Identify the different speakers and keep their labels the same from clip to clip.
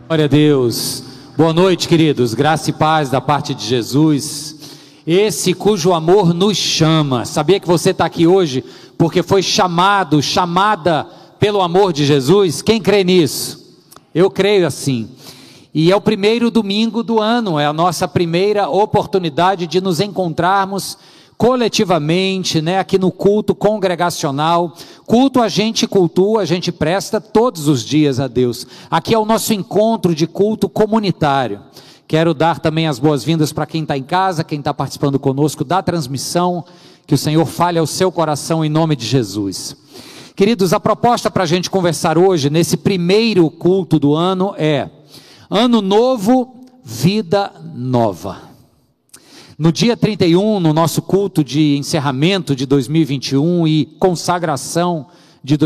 Speaker 1: Glória a Deus. Boa noite, queridos. Graça e paz da parte de Jesus. Esse cujo amor nos chama. Sabia que você está aqui hoje porque foi chamada pelo amor de Jesus? Quem crê nisso? Eu creio assim. E é o primeiro domingo do ano, é a nossa primeira oportunidade de nos encontrarmos coletivamente, aqui no culto congregacional. Culto a gente cultua, a gente presta todos os dias a Deus. Aqui é o nosso encontro de culto comunitário. Quero dar também as boas-vindas para quem está em casa, quem está participando conosco da transmissão. Que o Senhor fale ao seu coração em nome de Jesus. Queridos, a proposta para a gente conversar hoje, nesse primeiro culto do ano, é Ano Novo, Vida Nova. No dia 31, no nosso culto de encerramento de 2021 e consagração de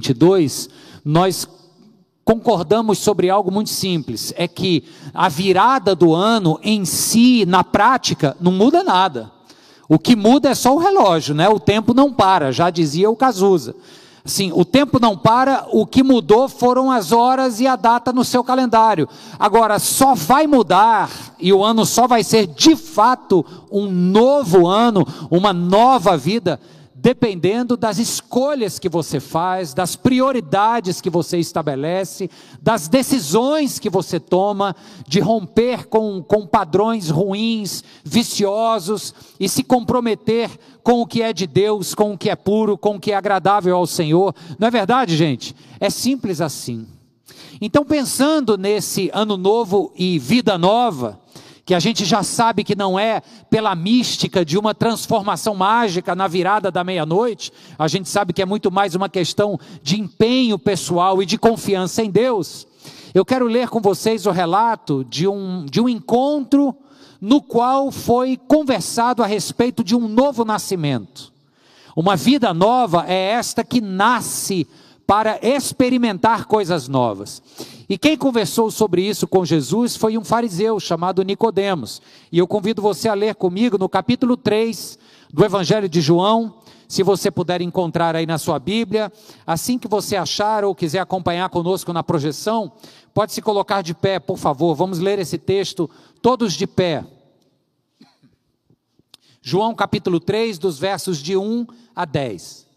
Speaker 1: 2022, nós concordamos sobre algo muito simples, é que a virada do ano em si, na prática, não muda nada. O que muda é só o relógio, o tempo não para, já dizia o Cazuza. Assim, o tempo não para, o que mudou foram as horas e a data no seu calendário. Agora, só vai mudar e o ano só vai ser de fato um novo ano, uma nova vida, dependendo das escolhas que você faz, das prioridades que você estabelece, das decisões que você toma, de romper com padrões ruins, viciosos, e se comprometer com o que é de Deus, com o que é puro, com o que é agradável ao Senhor. Não é verdade, gente? É simples assim. Então, pensando nesse ano novo e vida nova, que a gente já sabe que não é pela mística de uma transformação mágica na virada da meia-noite, a gente sabe que é muito mais uma questão de empenho pessoal e de confiança em Deus. Eu quero ler com vocês o relato de um encontro no qual foi conversado a respeito de um novo nascimento. Uma vida nova é esta que nasce para experimentar coisas novas. E quem conversou sobre isso com Jesus foi um fariseu chamado Nicodemos. E eu convido você a ler comigo no capítulo 3 do Evangelho de João, se você puder encontrar aí na sua Bíblia. Assim que você achar ou quiser acompanhar conosco na projeção, pode se colocar de pé, por favor. Vamos ler esse texto todos de pé. João capítulo 3, dos versos de 1 a 10.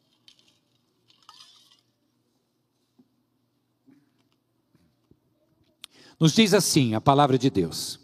Speaker 1: Nos diz assim a palavra de Deus: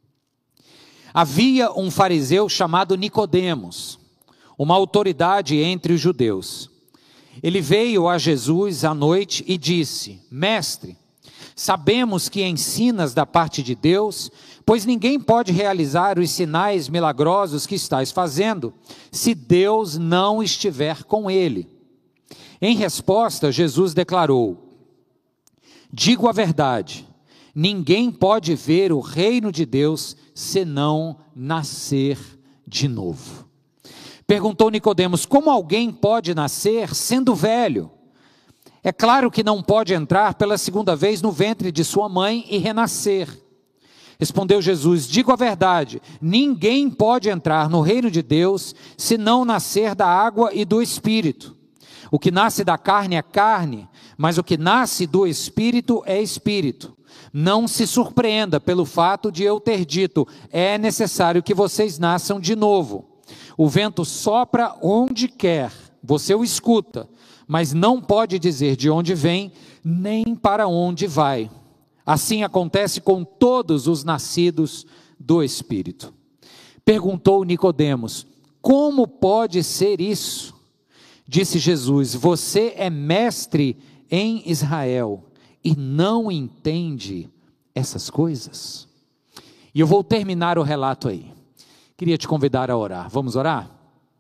Speaker 1: havia um fariseu chamado Nicodemos, uma autoridade entre os judeus. Ele veio a Jesus à noite e disse: Mestre, sabemos que ensinas da parte de Deus, pois ninguém pode realizar os sinais milagrosos que estás fazendo, se Deus não estiver com ele. Em resposta, Jesus declarou: digo a verdade, ninguém pode ver o reino de Deus senão nascer de novo. Perguntou Nicodemos: como alguém pode nascer sendo velho? É claro que não pode entrar pela segunda vez no ventre de sua mãe e renascer. Respondeu Jesus: digo a verdade, ninguém pode entrar no reino de Deus se não nascer da água e do Espírito. O que nasce da carne é carne, mas o que nasce do Espírito é Espírito. Não se surpreenda pelo fato de eu ter dito: é necessário que vocês nasçam de novo. O vento sopra onde quer, você o escuta, mas não pode dizer de onde vem, nem para onde vai. Assim acontece com todos os nascidos do Espírito. Perguntou Nicodemos: como pode ser isso? Disse Jesus: você é mestre em Israel e não entende essas coisas? E eu vou terminar o relato aí. Queria te convidar a orar. Vamos orar?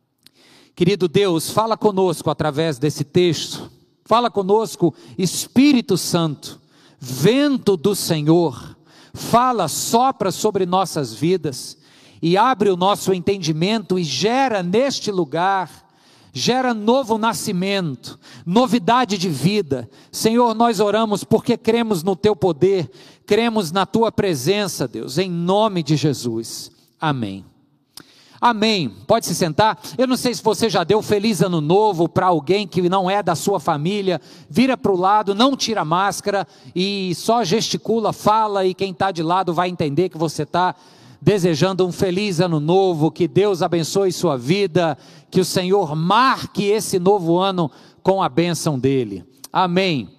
Speaker 1: Querido Deus, fala conosco através desse texto. Fala conosco, Espírito Santo, vento do Senhor. Fala, sopra sobre nossas vidas e abre o nosso entendimento e gera neste lugar, gera novo nascimento, novidade de vida. Senhor, nós oramos porque cremos no Teu poder, cremos na Tua presença, Deus, em nome de Jesus. Amém. Amém. Pode se sentar. Eu não sei se você já deu feliz ano novo para alguém que não é da sua família. Vira para o lado, não tira a máscara e só gesticula, fala, e quem está de lado vai entender que você está desejando um feliz ano novo, que Deus abençoe sua vida, que o Senhor marque esse novo ano com a bênção dele. Amém.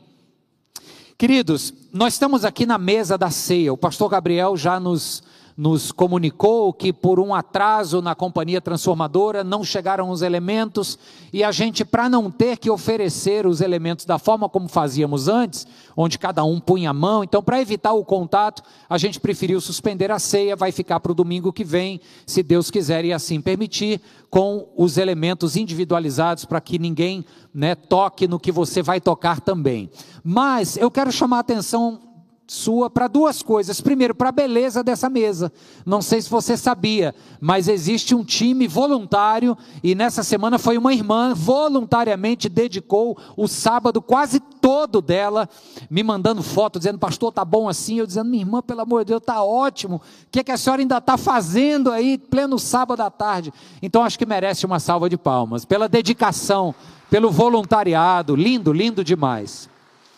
Speaker 1: Queridos, nós estamos aqui na mesa da ceia. O pastor Gabriel já nos comunicou que por um atraso na companhia transformadora não chegaram os elementos, e a gente, para não ter que oferecer os elementos da forma como fazíamos antes, onde cada um punha a mão, então para evitar o contato, a gente preferiu suspender a ceia. Vai ficar para o domingo que vem, se Deus quiser e assim permitir, com os elementos individualizados, para que ninguém, toque no que você vai tocar também. Mas eu quero chamar a atenção sua para duas coisas. Primeiro, para a beleza dessa mesa. Não sei se você sabia, mas existe um time voluntário, e nessa semana foi uma irmã voluntariamente dedicou o sábado quase todo dela, me mandando foto, dizendo: pastor, tá bom assim? Eu dizendo: minha irmã, pelo amor de Deus, tá ótimo. O que é que a senhora ainda está fazendo aí, pleno sábado à tarde? Então acho que merece uma salva de palmas, pela dedicação, pelo voluntariado. Lindo, lindo demais.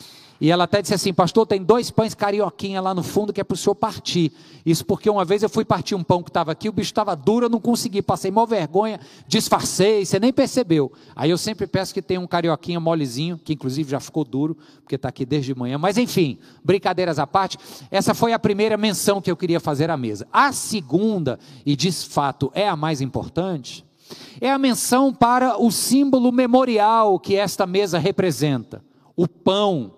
Speaker 1: E ela até disse assim: pastor, tem 2 pães carioquinha lá no fundo que é para o senhor partir. Isso porque uma vez eu fui partir um pão que estava aqui, o bicho estava duro, eu não consegui, passei mó vergonha, disfarcei, você nem percebeu. Aí eu sempre peço que tenha um carioquinha molezinho, que inclusive já ficou duro, porque está aqui desde manhã. Mas enfim, brincadeiras à parte, essa foi a primeira menção que eu queria fazer à mesa. A segunda, e de fato é a mais importante, é a menção para o símbolo memorial que esta mesa representa. O pão,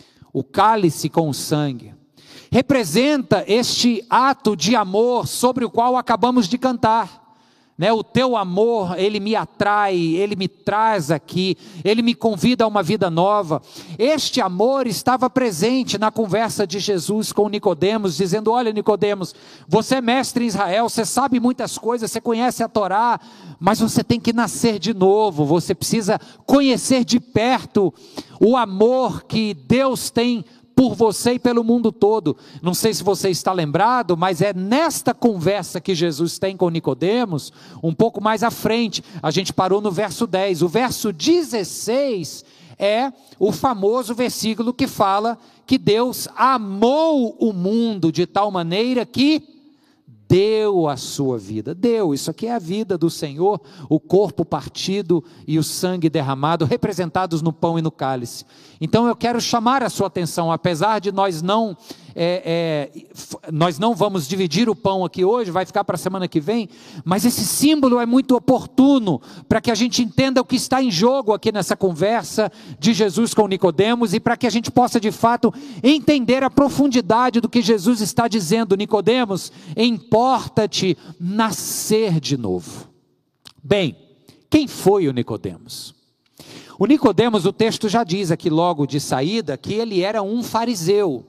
Speaker 1: o cálice com o sangue, representa este ato de amor sobre o qual acabamos de cantar. O teu amor, ele me atrai, ele me traz aqui, ele me convida a uma vida nova. Este amor estava presente na conversa de Jesus com Nicodemos, dizendo: olha, Nicodemos, você é mestre em Israel, você sabe muitas coisas, você conhece a Torá, mas você tem que nascer de novo, você precisa conhecer de perto o amor que Deus tem por você e pelo mundo todo. Não sei se você está lembrado, mas é nesta conversa que Jesus tem com Nicodemos, um pouco mais à frente. A gente parou no verso 10. O verso 16 é o famoso versículo que fala que Deus amou o mundo de tal maneira que deu a sua vida. Deu, isso aqui é a vida do Senhor, o corpo partido e o sangue derramado, representados no pão e no cálice. Então eu quero chamar a sua atenção, apesar de nós não vamos dividir o pão aqui hoje, vai ficar para a semana que vem, mas esse símbolo é muito oportuno, para que a gente entenda o que está em jogo aqui nessa conversa de Jesus com Nicodemos, e para que a gente possa de fato entender a profundidade do que Jesus está dizendo. Nicodemos, importa-te nascer de novo. Bem, quem foi o Nicodemos? O Nicodemos, o texto já diz aqui logo de saída, que ele era um fariseu.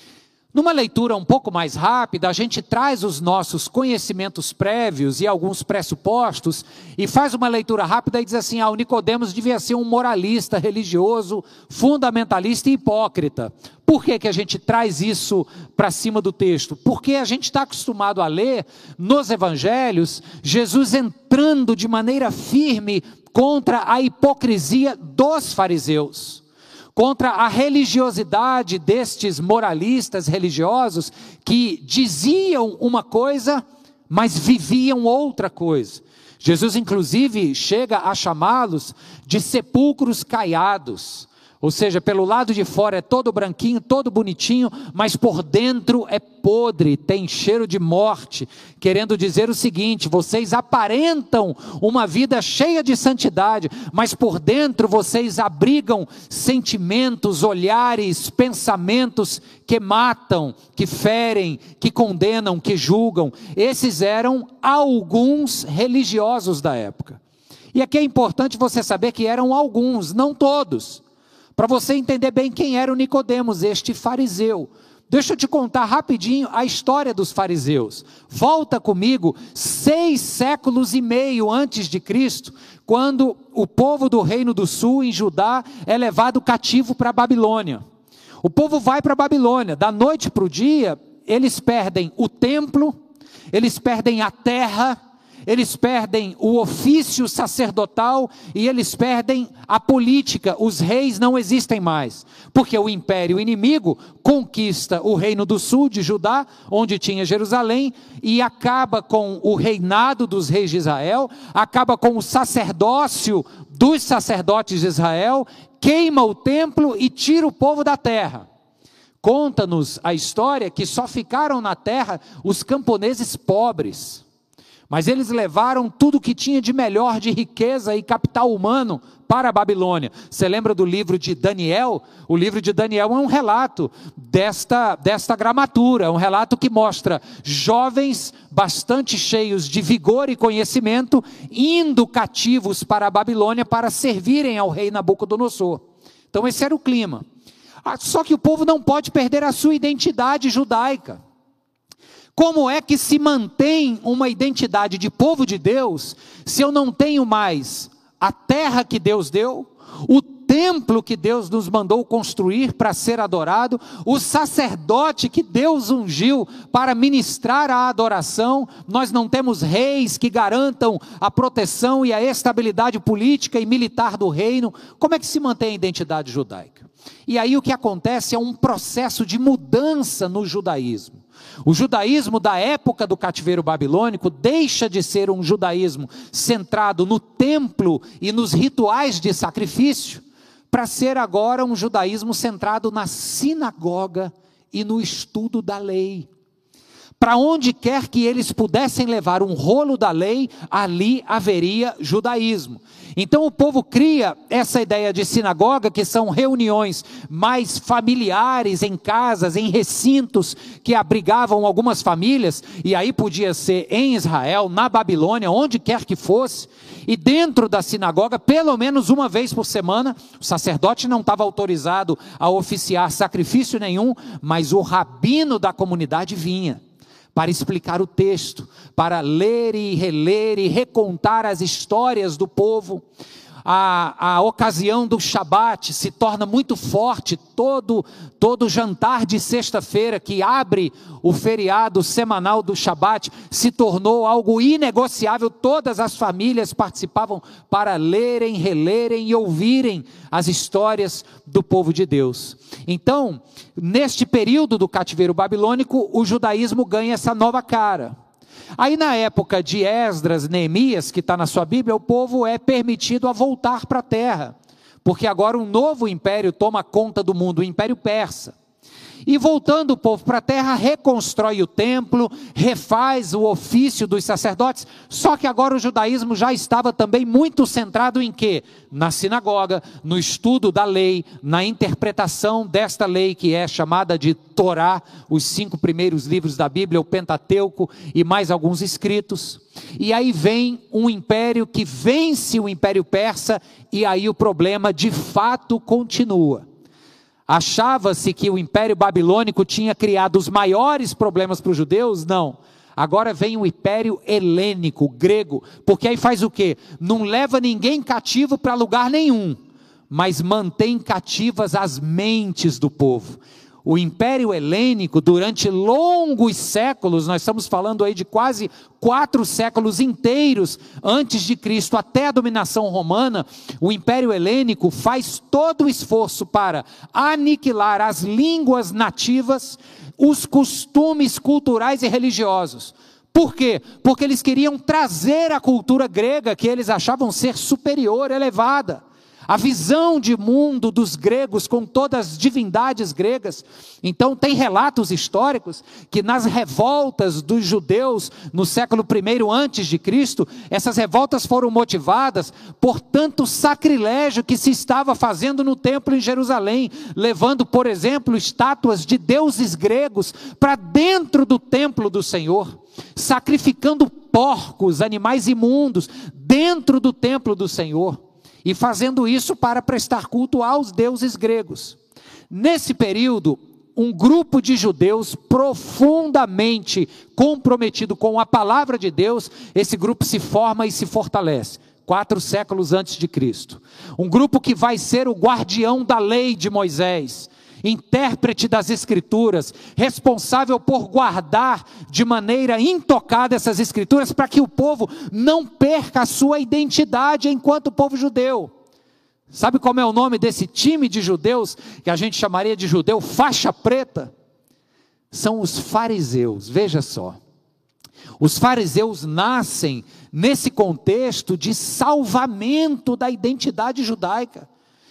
Speaker 1: Numa leitura um pouco mais rápida, a gente traz os nossos conhecimentos prévios e alguns pressupostos, e faz uma leitura rápida e diz assim: o Nicodemos devia ser um moralista religioso, fundamentalista e hipócrita. Por que a gente traz isso para cima do texto? Porque a gente está acostumado a ler nos evangelhos, Jesus entrando de maneira firme contra a hipocrisia dos fariseus, contra a religiosidade destes moralistas religiosos que diziam uma coisa, mas viviam outra coisa. Jesus inclusive chega a chamá-los de sepulcros caiados. Ou seja, pelo lado de fora é todo branquinho, todo bonitinho, mas por dentro é podre, tem cheiro de morte, querendo dizer o seguinte: vocês aparentam uma vida cheia de santidade, mas por dentro vocês abrigam sentimentos, olhares, pensamentos que matam, que ferem, que condenam, que julgam. Esses eram alguns religiosos da época. E aqui é importante você saber que eram alguns, não todos, para você entender bem quem era o Nicodemos, este fariseu. Deixa eu te contar rapidinho a história dos fariseus. Volta comigo 6 séculos e meio antes de Cristo, quando o povo do Reino do Sul, em Judá, é levado cativo para a Babilônia. O povo vai para a Babilônia, da noite para o dia, eles perdem o templo, eles perdem a terra, eles perdem o ofício sacerdotal e eles perdem a política. Os reis não existem mais, porque o império inimigo conquista o reino do sul de Judá, onde tinha Jerusalém, e acaba com o reinado dos reis de Israel, acaba com o sacerdócio dos sacerdotes de Israel, queima o templo e tira o povo da terra. Conta-nos a história que só ficaram na terra os camponeses pobres, mas eles levaram tudo que tinha de melhor de riqueza e capital humano para a Babilônia. Você lembra do livro de Daniel? O livro de Daniel é um relato desta gramatura, um relato que mostra jovens bastante cheios de vigor e conhecimento, indo cativos para a Babilônia para servirem ao rei Nabucodonosor. Então esse era o clima. Só que o povo não pode perder a sua identidade judaica. Como é que se mantém uma identidade de povo de Deus, se eu não tenho mais a terra que Deus deu, o templo que Deus nos mandou construir para ser adorado, o sacerdote que Deus ungiu para ministrar a adoração, nós não temos reis que garantam a proteção e a estabilidade política e militar do reino? Como é que se mantém a identidade judaica? E aí o que acontece é um processo de mudança no judaísmo. O judaísmo da época do cativeiro babilônico deixa de ser um judaísmo centrado no templo e nos rituais de sacrifício, para ser agora um judaísmo centrado na sinagoga e no estudo da lei. Para onde quer que eles pudessem levar um rolo da lei, ali haveria judaísmo. Então o povo cria essa ideia de sinagoga, que são reuniões mais familiares em casas, em recintos que abrigavam algumas famílias, e aí podia ser em Israel, na Babilônia, onde quer que fosse, e dentro da sinagoga, pelo menos uma vez por semana, o sacerdote não estava autorizado a oficiar sacrifício nenhum, mas o rabino da comunidade vinha para explicar o texto, para ler e reler e recontar as histórias do povo. A ocasião do Shabat se torna muito forte, todo jantar de sexta-feira que abre o feriado semanal do Shabat se tornou algo inegociável. Todas as famílias participavam para lerem, relerem e ouvirem as histórias do povo de Deus. Então, neste período do cativeiro babilônico, o judaísmo ganha essa nova cara. Aí na época de Esdras, Neemias, que está na sua Bíblia, o povo é permitido a voltar para a terra, porque agora um novo império toma conta do mundo, o Império Persa. E voltando o povo para a terra, reconstrói o templo, refaz o ofício dos sacerdotes, só que agora o judaísmo já estava também muito centrado em quê? Na sinagoga, no estudo da lei, na interpretação desta lei que é chamada de Torá, os 5 primeiros livros da Bíblia, o Pentateuco e mais alguns escritos. E aí vem um império que vence o Império Persa, e aí o problema de fato continua. Achava-se que o Império Babilônico tinha criado os maiores problemas para os judeus? Não. Agora vem o Império Helênico, grego, porque aí faz o quê? Não leva ninguém cativo para lugar nenhum, mas mantém cativas as mentes do povo. O Império Helênico, durante longos séculos, nós estamos falando aí de quase 4 séculos inteiros antes de Cristo, até a dominação romana, o Império Helênico faz todo o esforço para aniquilar as línguas nativas, os costumes culturais e religiosos. Por quê? Porque eles queriam trazer a cultura grega, que eles achavam ser superior, elevada. A visão de mundo dos gregos com todas as divindades gregas. Então tem relatos históricos que nas revoltas dos judeus no século I antes de Cristo, essas revoltas foram motivadas por tanto sacrilégio que se estava fazendo no templo em Jerusalém, levando, por exemplo, estátuas de deuses gregos para dentro do templo do Senhor, sacrificando porcos, animais imundos dentro do templo do Senhor. E fazendo isso para prestar culto aos deuses gregos. Nesse período, um grupo de judeus profundamente comprometido com a palavra de Deus, esse grupo se forma e se fortalece. 4 séculos antes de Cristo. Um grupo que vai ser o guardião da lei de Moisés. intérprete das Escrituras, responsável por guardar de maneira intocada essas Escrituras, para que o povo não perca a sua identidade enquanto povo judeu. Sabe como é o nome desse time de judeus, que a gente chamaria de judeu faixa preta? São os fariseus. Veja só, os fariseus nascem nesse contexto de salvamento da identidade judaica.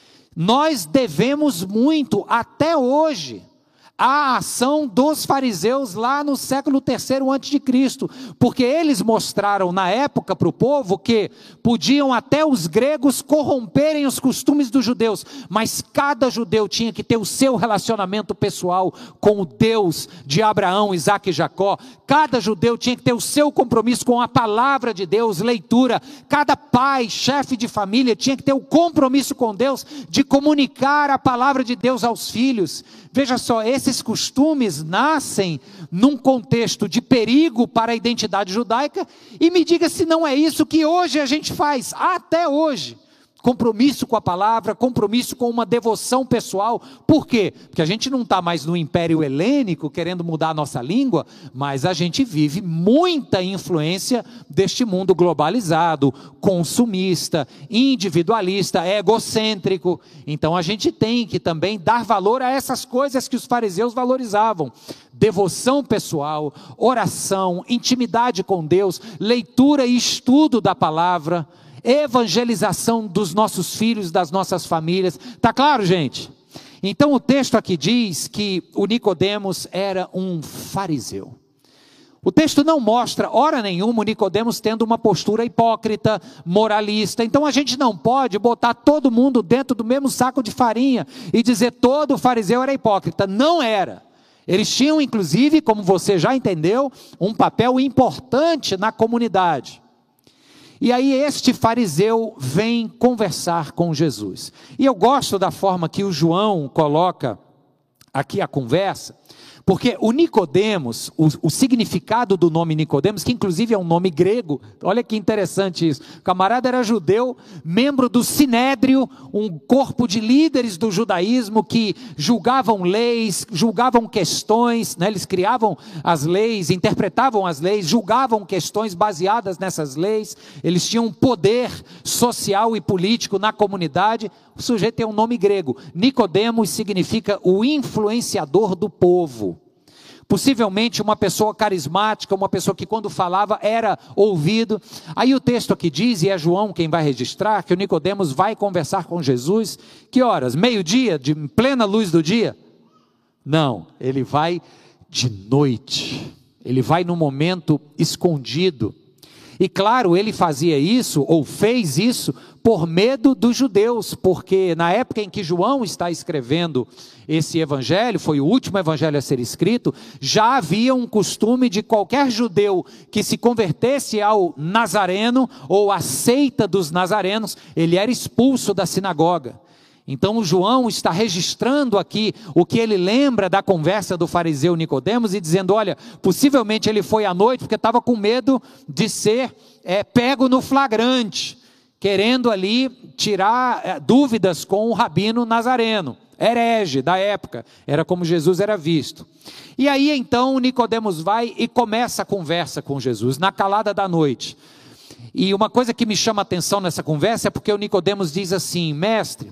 Speaker 1: Nós devemos muito, até hoje, à ação dos fariseus lá no século III a.C., porque eles mostraram na época para o povo que podiam até os gregos corromperem os costumes dos judeus, mas cada judeu tinha que ter o seu relacionamento pessoal com o Deus de Abraão, Isaque e Jacó. Cada judeu tinha que ter o seu compromisso com a palavra de Deus, leitura. Cada pai, chefe de família, tinha que ter o compromisso com Deus de comunicar a palavra de Deus aos filhos. Veja só, esses costumes nascem num contexto de perigo para a identidade judaica, e me diga se não é isso que hoje a gente faz, até hoje. Compromisso com a palavra, compromisso com uma devoção pessoal. Por quê? Porque a gente não está mais no Império Helênico querendo mudar a nossa língua, mas a gente vive muita influência deste mundo globalizado, consumista, individualista, egocêntrico. Então a gente tem que também dar valor a essas coisas que os fariseus valorizavam: devoção pessoal, oração, intimidade com Deus, leitura e estudo da palavra, evangelização dos nossos filhos, das nossas famílias. Tá claro, gente? Então o texto aqui diz que o Nicodemos era um fariseu. O texto não mostra, hora nenhuma, o Nicodemos tendo uma postura hipócrita, moralista. Então a gente não pode botar todo mundo dentro do mesmo saco de farinha e dizer todo fariseu era hipócrita. Não era. Eles tinham, inclusive, como você já entendeu, um papel importante na comunidade. E aí este fariseu vem conversar com Jesus. E eu gosto da forma que o João coloca aqui a conversa, porque o Nicodemos, o significado do nome Nicodemos, que inclusive é um nome grego, olha que interessante isso. O camarada era judeu, membro do Sinédrio, um corpo de líderes do judaísmo que julgavam leis, julgavam questões, né? Eles criavam as leis, interpretavam as leis, julgavam questões baseadas nessas leis. Eles tinham poder social e político na comunidade. O sujeito tem um nome grego. Nicodemos significa o influenciador do povo. Possivelmente uma pessoa carismática, uma pessoa que quando falava era ouvido. Aí o texto aqui diz, e é João quem vai registrar, que o Nicodemos vai conversar com Jesus. Que horas? Meio-dia, de plena luz do dia? Não, ele vai de noite. Ele vai num momento escondido. E claro, ele fazia isso, ou fez isso, por medo dos judeus, porque na época em que João está escrevendo esse evangelho, foi o último evangelho a ser escrito, já havia um costume de qualquer judeu que se convertesse ao nazareno, ou à seita dos nazarenos, ele era expulso da sinagoga. Então o João está registrando aqui o que ele lembra da conversa do fariseu Nicodemos e dizendo, olha, possivelmente ele foi à noite porque estava com medo de ser pego no flagrante, querendo ali tirar dúvidas com o rabino nazareno, herege da época, era como Jesus era visto. E aí então Nicodemos vai e começa a conversa com Jesus, na calada da noite. E uma coisa que me chama a atenção nessa conversa é porque o Nicodemos diz assim, mestre,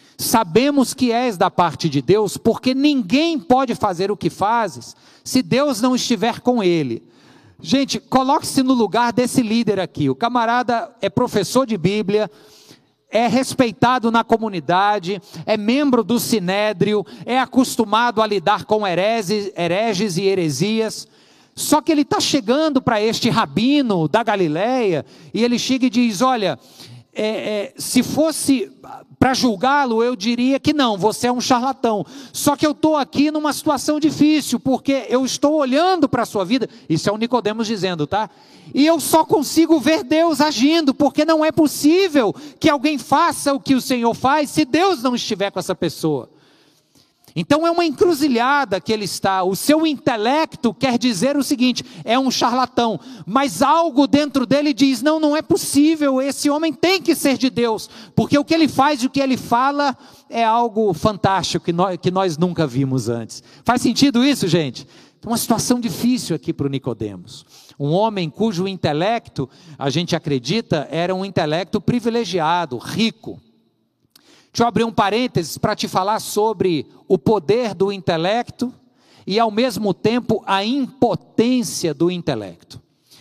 Speaker 1: sabemos que és da parte de Deus, porque ninguém pode fazer o que fazes, se Deus não estiver com ele. Gente, coloque-se no lugar desse líder aqui, o camarada é professor de Bíblia, é respeitado na comunidade, é membro do Sinédrio, é acostumado a lidar com hereges e heresias, só que ele está chegando para este rabino da Galileia, e ele chega e diz, olha, se fosse para julgá-lo, eu diria que não, você é um charlatão, só que eu estou aqui numa situação difícil, porque eu estou olhando para a sua vida, isso é o Nicodemos dizendo, tá? E eu só consigo ver Deus agindo, porque não é possível que alguém faça o que o Senhor faz, se Deus não estiver com essa pessoa. Então é uma encruzilhada que ele está. O seu intelecto quer dizer o seguinte: é um charlatão, mas algo dentro dele diz: não, não é possível, esse homem tem que ser de Deus, porque o que ele faz e o que ele fala é algo fantástico que nós nunca vimos antes. Faz sentido isso, gente? Uma situação difícil aqui para o Nicodemos. Um homem cujo intelecto, a gente acredita, era um intelecto privilegiado, rico. Deixa eu abrir um parênteses para te falar sobre o poder do intelecto e, ao mesmo tempo, a impotência do intelecto.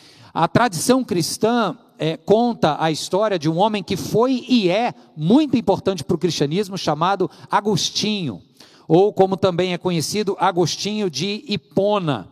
Speaker 1: A tradição cristã conta a história de um homem que foi e é muito importante para o cristianismo, chamado Agostinho, ou como também é conhecido, Agostinho de Hipona.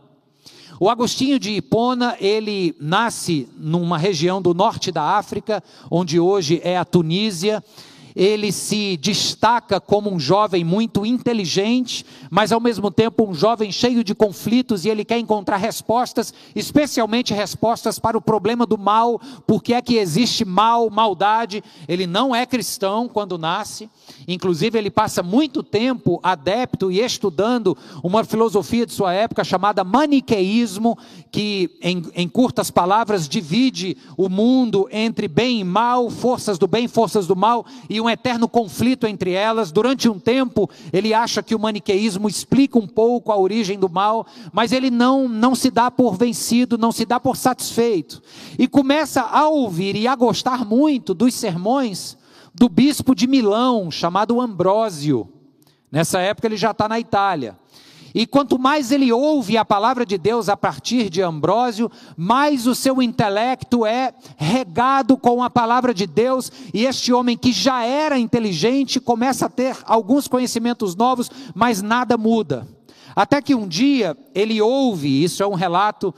Speaker 1: O Agostinho de Hipona, ele nasce numa região do norte da África, onde hoje é a Tunísia. Ele se destaca como um jovem muito inteligente, mas ao mesmo tempo um jovem cheio de conflitos, e ele quer encontrar respostas, especialmente respostas para o problema do mal. Por que é que existe mal, maldade? Ele não é cristão quando nasce, inclusive ele passa muito tempo adepto e estudando uma filosofia de sua época chamada maniqueísmo, que em curtas palavras divide o mundo entre bem e mal, forças do bem, forças do mal, e um eterno conflito entre elas. Durante um tempo ele acha que o maniqueísmo explica um pouco a origem do mal, mas ele não se dá por vencido, não se dá por satisfeito, e começa a ouvir e a gostar muito dos sermões do bispo de Milão, chamado Ambrósio. Nessa época ele já está na Itália. E quanto mais ele ouve a palavra de Deus a partir de Ambrósio, mais o seu intelecto é regado com a palavra de Deus, e este homem que já era inteligente começa a ter alguns conhecimentos novos, mas nada muda. Até que um dia ele ouve, isso é um relato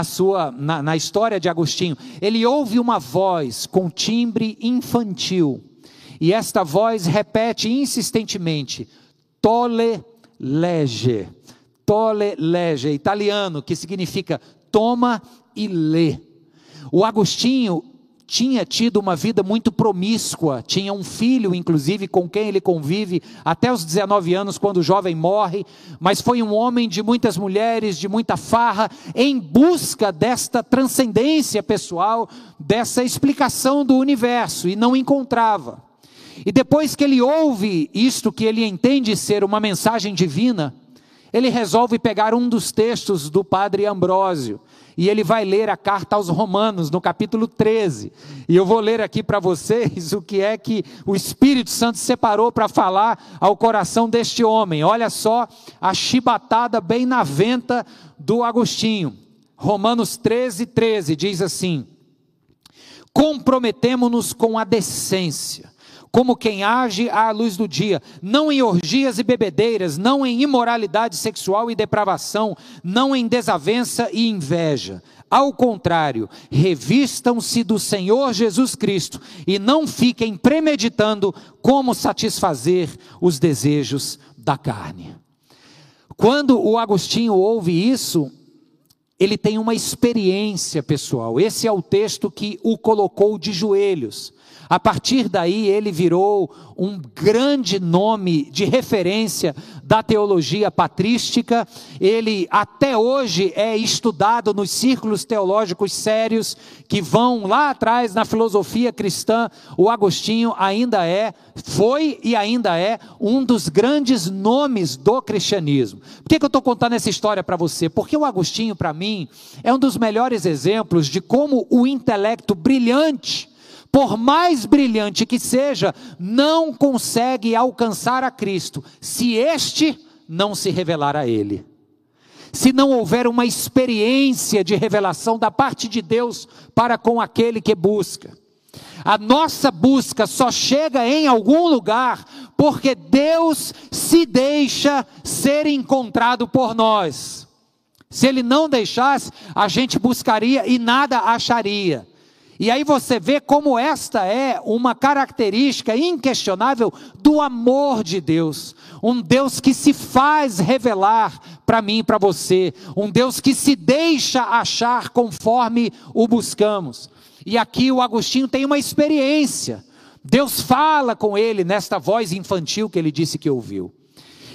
Speaker 1: na história de Agostinho, ele ouve uma voz com timbre infantil, e esta voz repete insistentemente: tolle lege. Tolle lege, italiano, que significa toma e lê. O Agostinho tinha tido uma vida muito promíscua, tinha um filho, inclusive, com quem ele convive até os 19 anos, quando o jovem morre, mas foi um homem de muitas mulheres, de muita farra, em busca desta transcendência pessoal, dessa explicação do universo, e não encontrava. E depois que ele ouve isto que ele entende ser uma mensagem divina, ele resolve pegar um dos textos do padre Ambrósio, e ele vai ler a carta aos Romanos, no capítulo 13, e eu vou ler aqui para vocês o que é que o Espírito Santo separou para falar ao coração deste homem. Olha só a chibatada bem na venta do Agostinho. Romanos 13:13 diz assim: comprometemo-nos com a decência, como quem age à luz do dia, não em orgias e bebedeiras, não em imoralidade sexual e depravação, não em desavença e inveja. Ao contrário, revistam-se do Senhor Jesus Cristo e não fiquem premeditando como satisfazer os desejos da carne. Quando o Agostinho ouve isso, ele tem uma experiência pessoal. Esse é o texto que o colocou de joelhos. A partir daí ele virou um grande nome de referência da teologia patrística. Ele até hoje é estudado nos círculos teológicos sérios que vão lá atrás na filosofia cristã. O Agostinho foi e ainda é um dos grandes nomes do cristianismo. Por que eu estou contando essa história para você? Porque o Agostinho, para mim, é um dos melhores exemplos de como o intelecto brilhante, por mais brilhante que seja, não consegue alcançar a Cristo, se este não se revelar a Ele. Se não houver uma experiência de revelação da parte de Deus para com aquele que busca. A nossa busca só chega em algum lugar, porque Deus se deixa ser encontrado por nós. Se Ele não deixasse, a gente buscaria e nada acharia. E aí você vê como esta é uma característica inquestionável do amor de Deus. Um Deus que se faz revelar para mim e para você. Um Deus que se deixa achar conforme o buscamos. E aqui o Agostinho tem uma experiência. Deus fala com ele nesta voz infantil que ele disse que ouviu.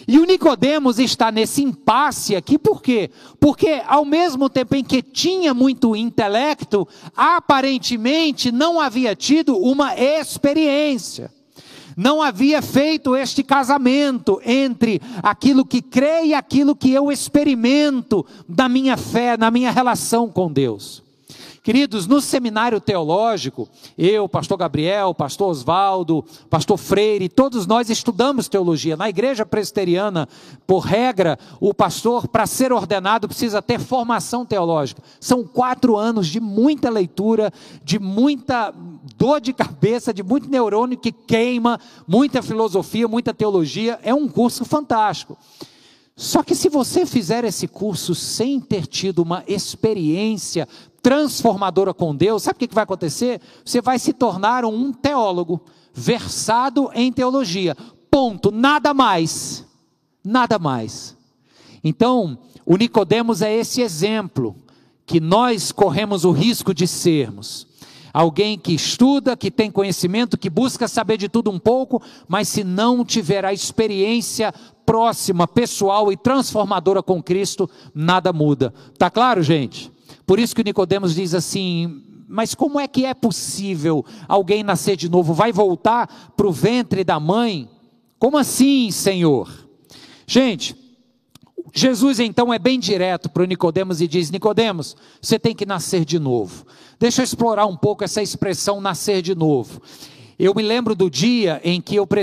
Speaker 1: E o Nicodemos está nesse impasse aqui, por quê? Porque ao mesmo tempo em que tinha muito intelecto, aparentemente não havia tido uma experiência. Não havia feito este casamento entre aquilo que crê e aquilo que eu experimento da minha fé, na minha relação com Deus. Queridos, no seminário teológico, eu, pastor Gabriel, pastor Osvaldo, pastor Freire, todos nós estudamos teologia. Na igreja presbiteriana, por regra, o pastor, para ser ordenado, precisa ter formação teológica. São 4 anos de muita leitura, de muita dor de cabeça, de muito neurônio que queima, muita filosofia, muita teologia. É um curso fantástico. Só que se você fizer esse curso sem ter tido uma experiência transformadora com Deus, sabe o que vai acontecer? Você vai se tornar um teólogo, versado em teologia, ponto, nada mais, nada mais. Então, o Nicodemos é esse exemplo, que nós corremos o risco de sermos. Alguém que estuda, que tem conhecimento, que busca saber de tudo um pouco, mas se não tiver a experiência próxima, pessoal e transformadora com Cristo, nada muda. Tá claro, gente? Por isso que o Nicodemos diz assim, mas como é que é possível alguém nascer de novo? Vai voltar para o ventre da mãe? Como assim, Senhor? Gente, Jesus então é bem direto para o Nicodemos e diz, Nicodemos, você tem que nascer de novo. Deixa eu explorar um pouco essa expressão nascer de novo. Eu me lembro do dia em que eu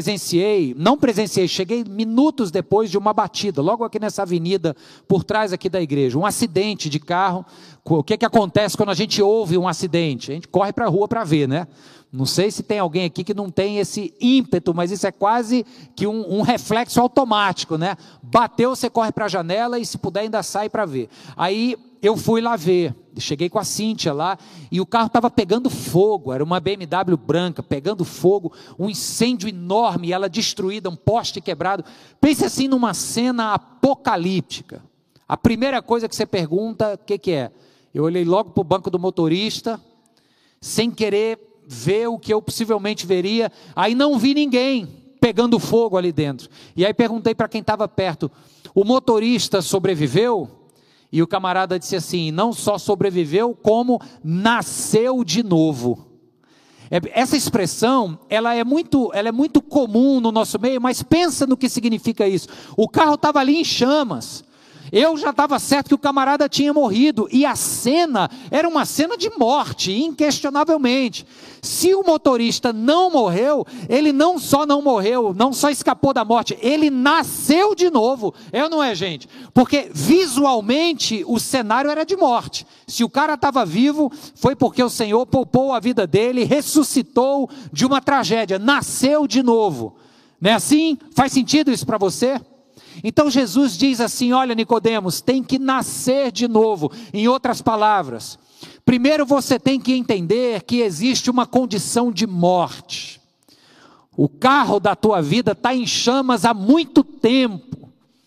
Speaker 1: cheguei minutos depois de uma batida, logo aqui nessa avenida, por trás aqui da igreja, um acidente de carro. O que acontece quando a gente ouve um acidente? A gente corre para a rua para ver, né? Não sei se tem alguém aqui que não tem esse ímpeto, mas isso é quase que um reflexo automático, né? Bateu, você corre para a janela e se puder ainda sai para ver. Aí eu fui lá ver, cheguei com a Cíntia lá e o carro estava pegando fogo, era uma BMW branca, pegando fogo, um incêndio enorme, ela destruída, um poste quebrado. Pense assim numa cena apocalíptica. A primeira coisa que você pergunta, o que é? Eu olhei logo para o banco do motorista, sem querer ver o que eu possivelmente veria, aí não vi ninguém pegando fogo ali dentro. E aí perguntei para quem estava perto, o motorista sobreviveu? E o camarada disse assim, não só sobreviveu, como nasceu de novo. Essa expressão, ela é muito comum no nosso meio, mas pensa no que significa isso. O carro estava ali em chamas. Eu já estava certo que o camarada tinha morrido, e a cena era uma cena de morte, inquestionavelmente. Se o motorista não morreu, ele não só não morreu, não só escapou da morte, ele nasceu de novo, é ou não é, gente? Porque visualmente o cenário era de morte. Se o cara estava vivo, foi porque o Senhor poupou a vida dele, ressuscitou de uma tragédia, nasceu de novo. Não é assim? Faz sentido isso para você? Então Jesus diz assim, olha Nicodemos, tem que nascer de novo. Em outras palavras, primeiro você tem que entender que existe uma condição de morte. O carro da tua vida está em chamas há muito tempo.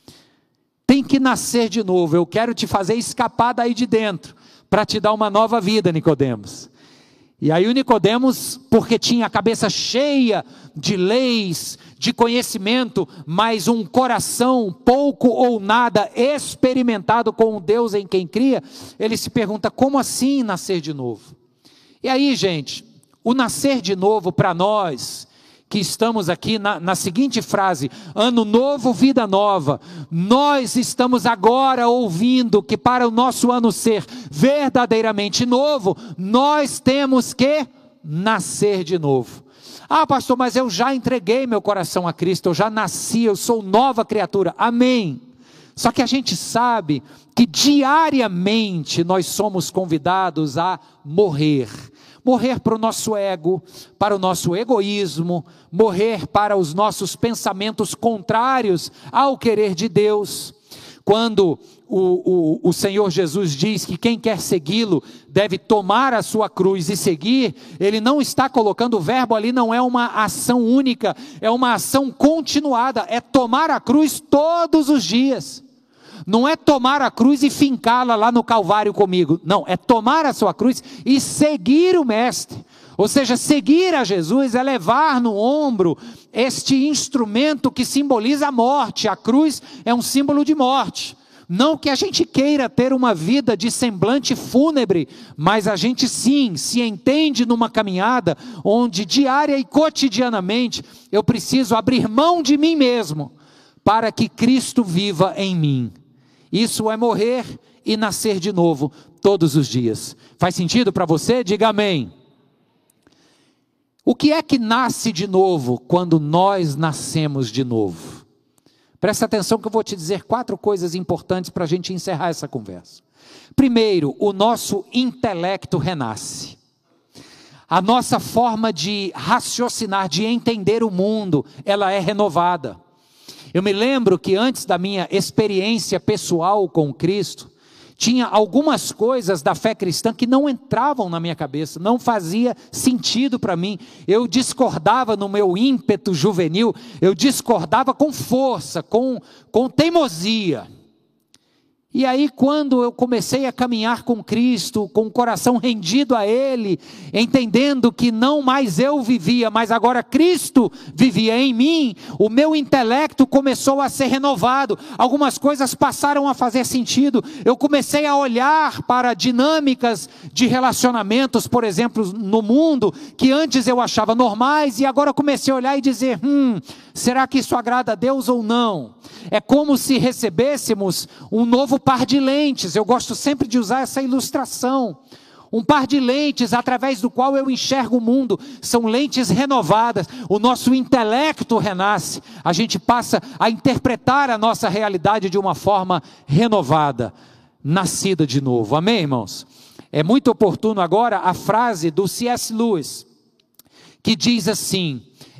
Speaker 1: Tem que nascer de novo. Eu quero te fazer escapar daí de dentro, para te dar uma nova vida, Nicodemos. E aí o Nicodemos, porque tinha a cabeça cheia de leis, de conhecimento, mas um coração pouco ou nada experimentado com o Deus em quem cria, ele se pergunta, como assim nascer de novo? E aí, gente, o nascer de novo para nós, que estamos aqui na seguinte frase, ano novo, vida nova, nós estamos agora ouvindo que para o nosso ano ser verdadeiramente novo, nós temos que nascer de novo. Ah, pastor, mas eu já entreguei meu coração a Cristo, eu já nasci, eu sou nova criatura, amém. Só que a gente sabe que diariamente nós somos convidados a morrer. Morrer para o nosso ego, para o nosso egoísmo, morrer para os nossos pensamentos contrários ao querer de Deus. Quando o Senhor Jesus diz que quem quer segui-lo deve tomar a sua cruz e seguir, ele não está colocando o verbo ali, não é uma ação única, é uma ação continuada, é tomar a cruz todos os dias. Não é tomar a cruz e fincá-la lá no Calvário comigo. Não, é tomar a sua cruz e seguir o Mestre. Ou seja, seguir a Jesus é levar no ombro este instrumento que simboliza a morte. A cruz é um símbolo de morte. Não que a gente queira ter uma vida de semblante fúnebre, mas a gente sim se entende numa caminhada onde diária e cotidianamente eu preciso abrir mão de mim mesmo para que Cristo viva em mim. Isso é morrer e nascer de novo todos os dias. Faz sentido para você? Diga amém. O que é que nasce de novo quando nós nascemos de novo? Presta atenção que eu vou te dizer 4 coisas importantes para a gente encerrar essa conversa. Primeiro, o nosso intelecto renasce. A nossa forma de raciocinar, de entender o mundo, ela é renovada. Eu me lembro que antes da minha experiência pessoal com Cristo, tinha algumas coisas da fé cristã que não entravam na minha cabeça, não fazia sentido para mim. Eu discordava no meu ímpeto juvenil, eu discordava com força, com teimosia. E aí quando eu comecei a caminhar com Cristo, com o coração rendido a Ele, entendendo que não mais eu vivia, mas agora Cristo vivia em mim, o meu intelecto começou a ser renovado, algumas coisas passaram a fazer sentido, eu comecei a olhar para dinâmicas de relacionamentos, por exemplo, no mundo, que antes eu achava normais, e agora comecei a olhar e dizer, será que isso agrada a Deus ou não? É como se recebêssemos um novo par de lentes. Eu gosto sempre de usar essa ilustração. Um par de lentes através do qual eu enxergo o mundo. São lentes renovadas. O nosso intelecto renasce. A gente passa a interpretar a nossa realidade de uma forma renovada. Nascida de novo. Amém, irmãos? É muito oportuno agora a frase do C.S. Lewis, que diz assim: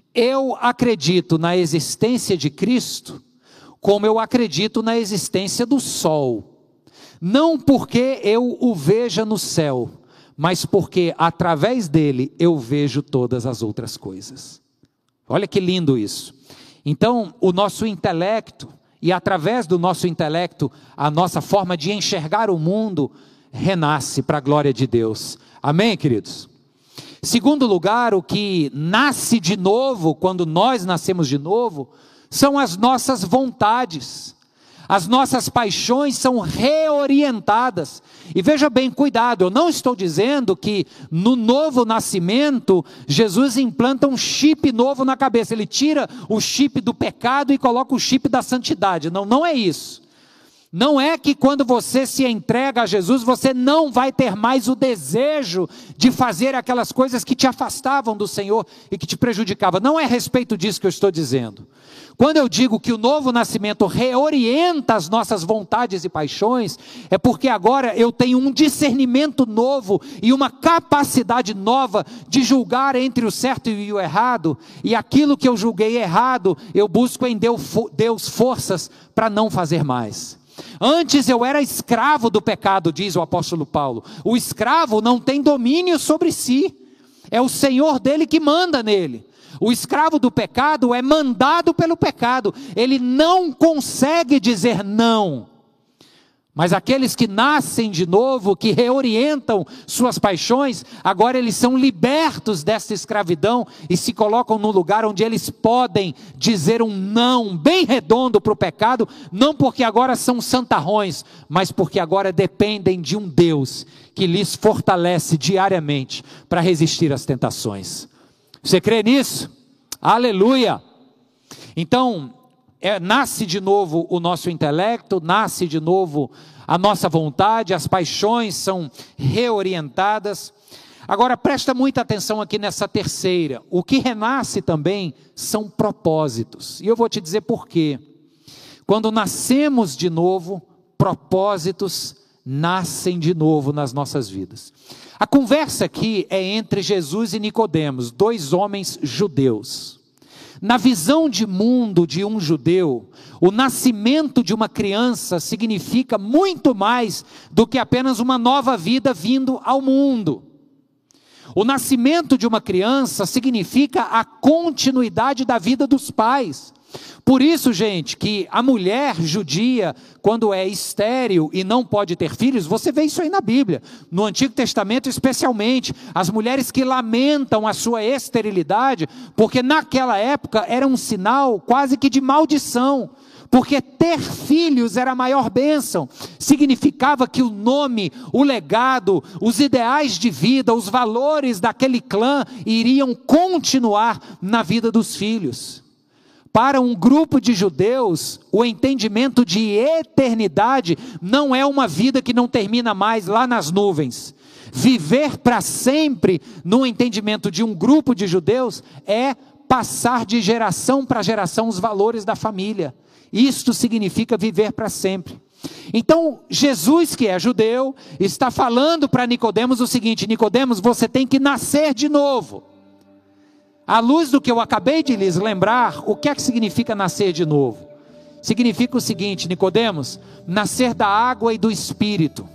Speaker 1: eu acredito na existência de Cristo como eu acredito na existência do sol, não porque eu o veja no céu, mas porque através dele eu vejo todas as outras coisas. Olha que lindo isso. Então o nosso intelecto, e através do nosso intelecto, a nossa forma de enxergar o mundo, renasce para a glória de Deus. Amém, queridos? Segundo lugar, o que nasce de novo, quando nós nascemos de novo, são as nossas vontades, as nossas paixões são reorientadas. E veja bem, cuidado, eu não estou dizendo que no novo nascimento, Jesus implanta um chip novo na cabeça, ele tira o chip do pecado e coloca o chip da santidade. Não, não é isso. Não é que quando você se entrega a Jesus, você não vai ter mais o desejo de fazer aquelas coisas que te afastavam do Senhor e que te prejudicavam. Não é a respeito disso que eu estou dizendo. Quando eu digo que o novo nascimento reorienta as nossas vontades e paixões, é porque agora eu tenho um discernimento novo e uma capacidade nova de julgar entre o certo e o errado, e aquilo que eu julguei errado, eu busco em Deus forças para não fazer mais. Antes eu era escravo do pecado, diz o apóstolo Paulo. O escravo não tem domínio sobre si, é o Senhor dele que manda nele. O escravo do pecado é mandado pelo pecado, ele não consegue dizer não. Mas aqueles que nascem de novo, que reorientam suas paixões, agora eles são libertos dessa escravidão e se colocam no lugar onde eles podem dizer um não bem redondo para o pecado, não porque agora são santarrões, mas porque agora dependem de um Deus que lhes fortalece diariamente para resistir às tentações. Você crê nisso? Aleluia! Então, nasce de novo o nosso intelecto, nasce de novo a nossa vontade, as paixões são reorientadas. Agora presta muita atenção aqui nessa terceira, o que renasce também são propósitos, e eu vou te dizer por quê. Quando nascemos de novo, propósitos nascem de novo nas nossas vidas. A conversa aqui é entre Jesus e Nicodemos, 2 homens judeus. Na visão de mundo de um judeu, o nascimento de uma criança significa muito mais do que apenas uma nova vida vindo ao mundo. O nascimento de uma criança significa a continuidade da vida dos pais. Por isso, gente, que a mulher judia, quando é estéril e não pode ter filhos, você vê isso aí na Bíblia, no Antigo Testamento especialmente, as mulheres que lamentam a sua esterilidade, porque naquela época era um sinal quase que de maldição, porque ter filhos era a maior bênção, significava que o nome, o legado, os ideais de vida, os valores daquele clã iriam continuar na vida dos filhos. Para um grupo de judeus, o entendimento de eternidade não é uma vida que não termina mais lá nas nuvens. Viver para sempre, no entendimento de um grupo de judeus, é passar de geração para geração os valores da família. Isto significa viver para sempre. Então, Jesus, que é judeu, está falando para Nicodemos o seguinte: Nicodemos, você tem que nascer de novo. À luz do que eu acabei de lhes lembrar, o que é que significa nascer de novo? Significa o seguinte, Nicodemos: nascer da água e do Espírito.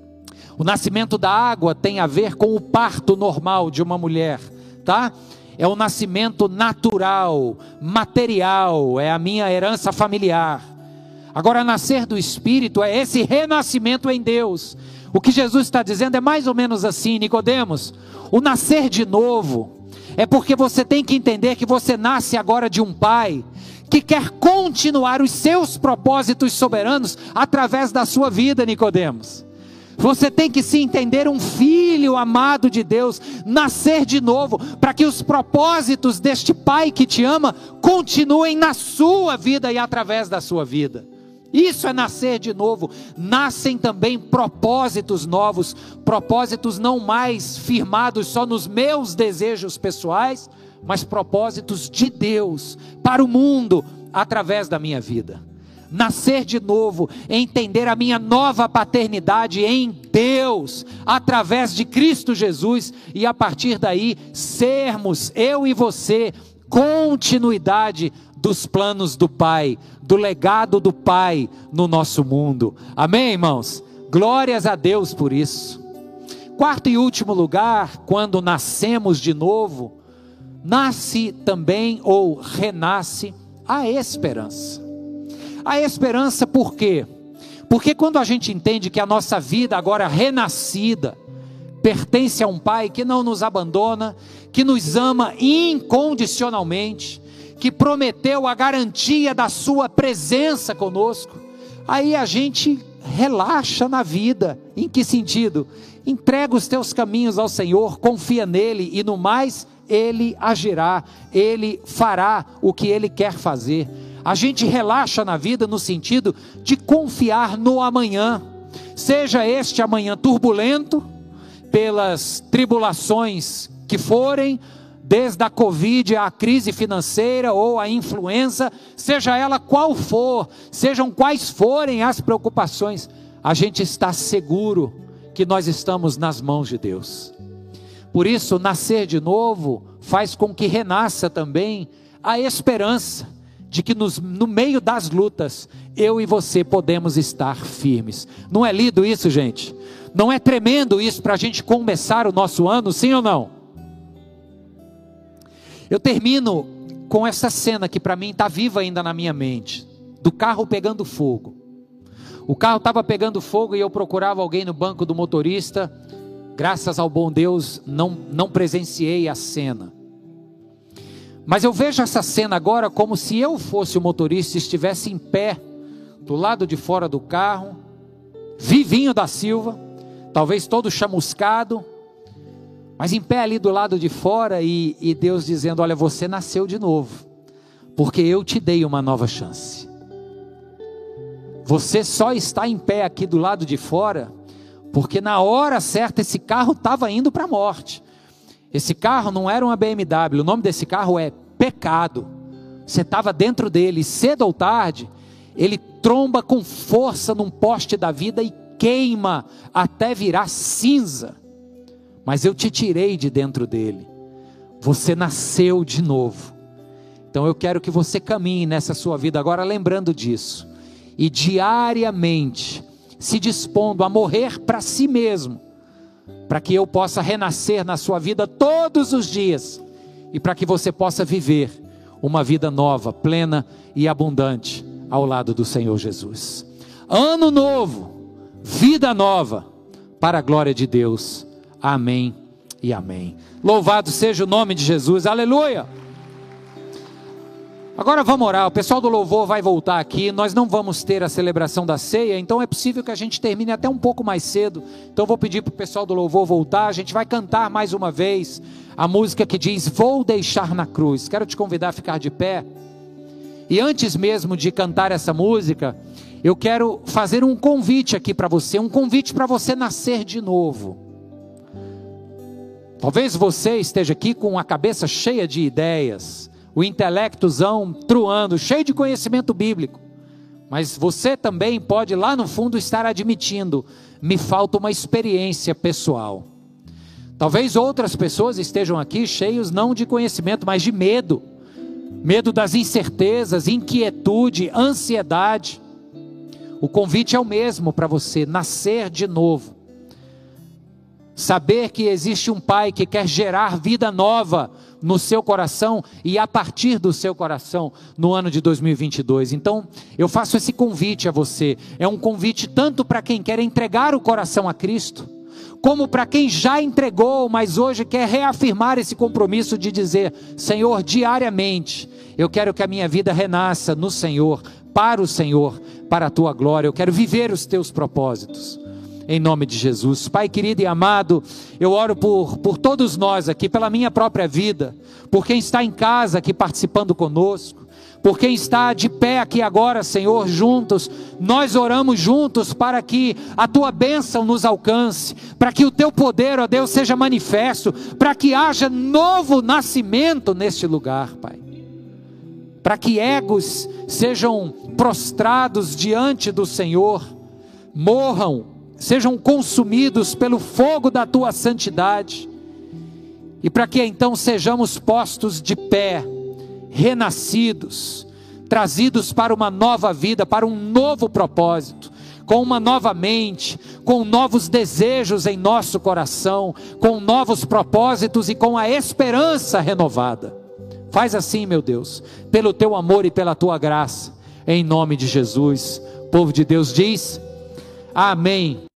Speaker 1: O nascimento da água tem a ver com o parto normal de uma mulher, tá? É o nascimento natural, material, é a minha herança familiar. Agora, nascer do Espírito é esse renascimento em Deus. O que Jesus está dizendo é mais ou menos assim, Nicodemos: o nascer de novo é porque você tem que entender que você nasce agora de um pai que quer continuar os seus propósitos soberanos através da sua vida, Nicodemos. Você tem que se entender um filho amado de Deus, nascer de novo, para que os propósitos deste pai que te ama continuem na sua vida e através da sua vida. Isso é nascer de novo. Nascem também propósitos novos, propósitos não mais firmados só nos meus desejos pessoais, mas propósitos de Deus para o mundo através da minha vida. Nascer de novo, entender a minha nova paternidade em Deus, através de Cristo Jesus, e a partir daí sermos, eu e você, continuidade dos planos do Pai, do legado do Pai no nosso mundo. Amém, irmãos? Glórias a Deus por isso. Quarto e último lugar, quando nascemos de novo, nasce também ou renasce a esperança. A esperança por quê? Porque quando a gente entende que a nossa vida agora renascida pertence a um Pai que não nos abandona, que nos ama incondicionalmente, que prometeu a garantia da sua presença conosco, aí a gente relaxa na vida. Em que sentido? Entrega os teus caminhos ao Senhor, confia nele e no mais ele agirá, ele fará o que ele quer fazer. A gente relaxa na vida no sentido de confiar no amanhã, seja este amanhã turbulento, pelas tribulações que forem, desde a Covid, a crise financeira ou a influenza, seja ela qual for, sejam quais forem as preocupações, a gente está seguro que nós estamos nas mãos de Deus. Por isso, nascer de novo faz com que renasça também a esperança de que no meio das lutas, eu e você podemos estar firmes. Não é lindo isso, gente? Não é tremendo isso para a gente começar o nosso ano, sim ou não? Eu termino com essa cena que para mim está viva ainda na minha mente, do carro pegando fogo. O carro estava pegando fogo e eu procurava alguém no banco do motorista. Graças ao bom Deus, não presenciei a cena. Mas eu vejo essa cena agora como se eu fosse o motorista e estivesse em pé, do lado de fora do carro, vivinho da Silva, talvez todo chamuscado, mas em pé ali do lado de fora e Deus dizendo: olha, você nasceu de novo, porque eu te dei uma nova chance. Você só está em pé aqui do lado de fora, porque na hora certa esse carro estava indo para a morte. Esse carro não era uma BMW, o nome desse carro é pecado. Você estava dentro dele, cedo ou tarde, ele tromba com força num poste da vida e queima até virar cinza. Mas eu te tirei de dentro dele. Você nasceu de novo. Então eu quero que você caminhe nessa sua vida agora lembrando disso. E diariamente se dispondo a morrer para si mesmo, para que eu possa renascer na sua vida todos os dias, e para que você possa viver uma vida nova, plena e abundante ao lado do Senhor Jesus. Ano novo, vida nova, para a glória de Deus. Amém e amém. Louvado seja o nome de Jesus, aleluia! Agora vamos orar, o pessoal do louvor vai voltar aqui, nós não vamos ter a celebração da ceia, então é possível que a gente termine até um pouco mais cedo, então vou pedir para o pessoal do louvor voltar, a gente vai cantar mais uma vez a música que diz, vou deixar na cruz. Quero te convidar a ficar de pé, e antes mesmo de cantar essa música, eu quero fazer um convite aqui para você, um convite para você nascer de novo. Talvez você esteja aqui com a cabeça cheia de ideias, o intelectozão truando, cheio de conhecimento bíblico, mas você também pode lá no fundo estar admitindo, me falta uma experiência pessoal. Talvez outras pessoas estejam aqui cheios não de conhecimento, mas de medo, medo das incertezas, inquietude, ansiedade. O convite é o mesmo para você, nascer de novo, saber que existe um Pai que quer gerar vida nova no seu coração e a partir do seu coração no ano de 2022. Então eu faço esse convite a você, é um convite tanto para quem quer entregar o coração a Cristo, como para quem já entregou, mas hoje quer reafirmar esse compromisso de dizer, Senhor, diariamente, eu quero que a minha vida renasça no Senhor, para a tua glória, eu quero viver os teus propósitos. Em nome de Jesus. Pai querido e amado, eu oro por todos nós aqui, pela minha própria vida, por quem está em casa aqui participando conosco, por quem está de pé aqui agora, Senhor, juntos, nós oramos juntos para que a tua bênção nos alcance, para que o teu poder, ó Deus, seja manifesto, para que haja novo nascimento neste lugar, Pai, para que egos sejam prostrados diante do Senhor, morram, sejam consumidos pelo fogo da tua santidade, e para que então sejamos postos de pé, renascidos, trazidos para uma nova vida, para um novo propósito, com uma nova mente, com novos desejos em nosso coração, com novos propósitos e com a esperança renovada. Faz assim, meu Deus, pelo teu amor e pela tua graça, em nome de Jesus. O povo de Deus diz, amém.